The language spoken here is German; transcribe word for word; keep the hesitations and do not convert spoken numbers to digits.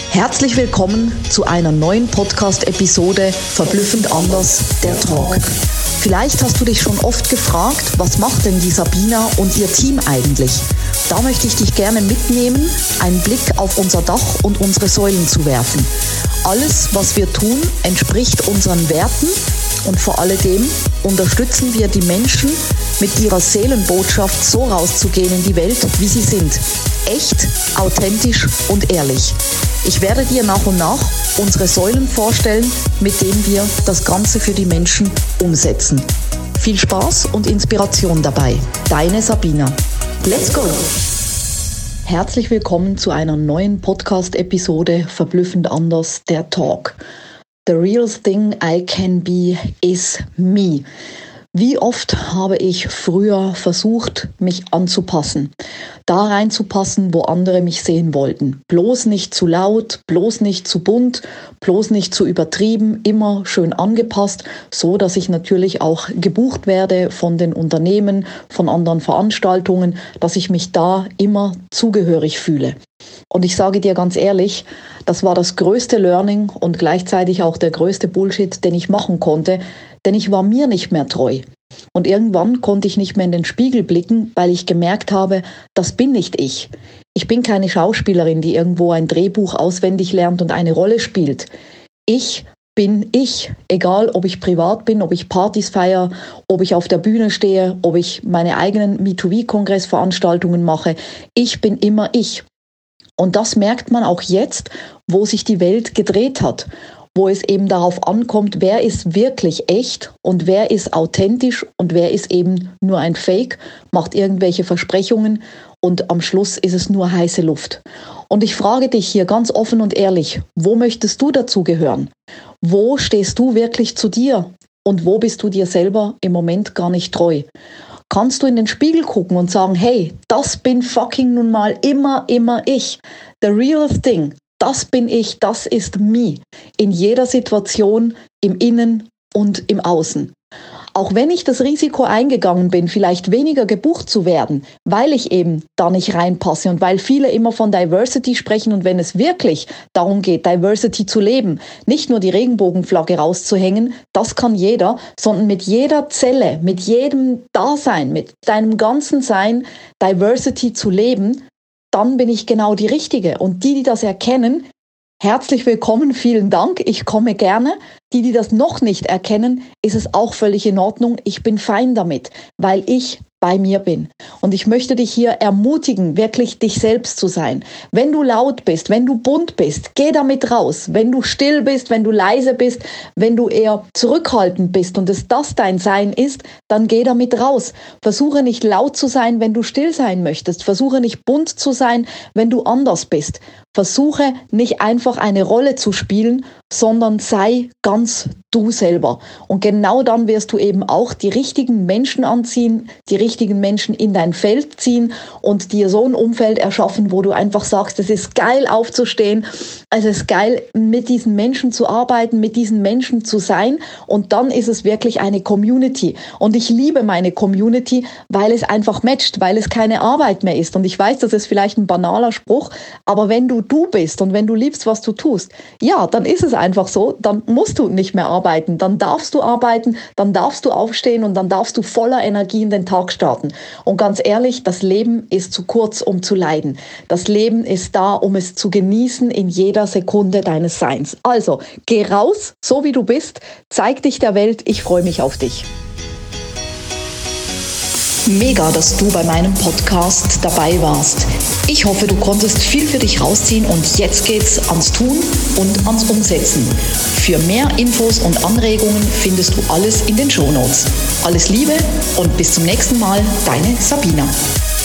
Herzlich willkommen zu einer neuen Podcast-Episode Verblüffend anders, der Talk. Vielleicht hast du dich schon oft gefragt, was macht denn die Sabina und ihr Team eigentlich? Da möchte ich dich gerne mitnehmen, einen Blick auf unser Dach und unsere Säulen zu werfen. Alles, was wir tun, entspricht unseren Werten und vor alledem unterstützen wir die Menschen, mit ihrer Seelenbotschaft so rauszugehen in die Welt, wie sie sind. Echt, authentisch und ehrlich. Ich werde dir nach und nach unsere Säulen vorstellen, mit denen wir das Ganze für die Menschen umsetzen. Viel Spaß und Inspiration dabei. Deine Sabina. Let's go! Herzlich willkommen zu einer neuen Podcast-Episode Verblüffend anders, der Talk. The real thing I can be is me. Wie oft habe ich früher versucht, mich anzupassen, da reinzupassen, wo andere mich sehen wollten. Bloß nicht zu laut, bloß nicht zu bunt, bloß nicht zu übertrieben, immer schön angepasst, so dass ich natürlich auch gebucht werde von den Unternehmen, von anderen Veranstaltungen, dass ich mich da immer zugehörig fühle. Und ich sage dir ganz ehrlich, das war das größte Learning und gleichzeitig auch der größte Bullshit, den ich machen konnte, denn ich war mir nicht mehr treu. Und irgendwann konnte ich nicht mehr in den Spiegel blicken, weil ich gemerkt habe, das bin nicht ich. Ich bin keine Schauspielerin, die irgendwo ein Drehbuch auswendig lernt und eine Rolle spielt. Ich bin ich, egal ob ich privat bin, ob ich Partys feiere, ob ich auf der Bühne stehe, ob ich meine eigenen Me to We-Kongressveranstaltungen mache. Ich bin immer ich. Und das merkt man auch jetzt, wo sich die Welt gedreht hat, wo es eben darauf ankommt, wer ist wirklich echt und wer ist authentisch und wer ist eben nur ein Fake, macht irgendwelche Versprechungen und am Schluss ist es nur heiße Luft. Und ich frage dich hier ganz offen und ehrlich, wo möchtest du dazugehören? Wo stehst du wirklich zu dir und wo bist du dir selber im Moment gar nicht treu? Kannst du in den Spiegel gucken und sagen, hey, das bin fucking nun mal immer, immer ich. The real thing. Das bin ich, das ist me. In jeder Situation, im Innen und im Außen. Auch wenn ich das Risiko eingegangen bin, vielleicht weniger gebucht zu werden, weil ich eben da nicht reinpasse und weil viele immer von Diversity sprechen und wenn es wirklich darum geht, Diversity zu leben, nicht nur die Regenbogenflagge rauszuhängen, das kann jeder, sondern mit jeder Zelle, mit jedem Dasein, mit deinem ganzen Sein Diversity zu leben, dann bin ich genau die Richtige. Und die, die das erkennen, herzlich willkommen, vielen Dank, ich komme gerne. Die, die das noch nicht erkennen, ist es auch völlig in Ordnung. Ich bin fein damit, weil ich bei mir bin. Und ich möchte dich hier ermutigen, wirklich dich selbst zu sein. Wenn du laut bist, wenn du bunt bist, geh damit raus. Wenn du still bist, wenn du leise bist, wenn du eher zurückhaltend bist und es das dein Sein ist, dann geh damit raus. Versuche nicht laut zu sein, wenn du still sein möchtest. Versuche nicht bunt zu sein, wenn du anders bist. Versuche nicht einfach eine Rolle zu spielen, sondern sei ganz du selber. Und genau dann wirst du eben auch die richtigen Menschen anziehen, die richtigen Menschen in dein Feld ziehen und dir so ein Umfeld erschaffen, wo du einfach sagst, es ist geil aufzustehen, es ist geil mit diesen Menschen zu arbeiten, mit diesen Menschen zu sein und dann ist es wirklich eine Community. Und ich liebe meine Community, weil es einfach matcht, weil es keine Arbeit mehr ist. Und ich weiß, das ist vielleicht ein banaler Spruch, aber wenn du du bist und wenn du liebst, was du tust, ja, dann ist es einfach so, dann musst du nicht mehr arbeiten, dann darfst du arbeiten, dann darfst du aufstehen und dann darfst du voller Energie in den Tag starten. Und ganz ehrlich, das Leben ist zu kurz, um zu leiden. Das Leben ist da, um es zu genießen in jeder Sekunde deines Seins. Also, geh raus, so wie du bist, zeig dich der Welt, ich freue mich auf dich. Mega, dass du bei meinem Podcast dabei warst. Ich hoffe, du konntest viel für dich rausziehen und jetzt geht's ans Tun und ans Umsetzen. Für mehr Infos und Anregungen findest du alles in den Shownotes. Alles Liebe und bis zum nächsten Mal, deine Sabina.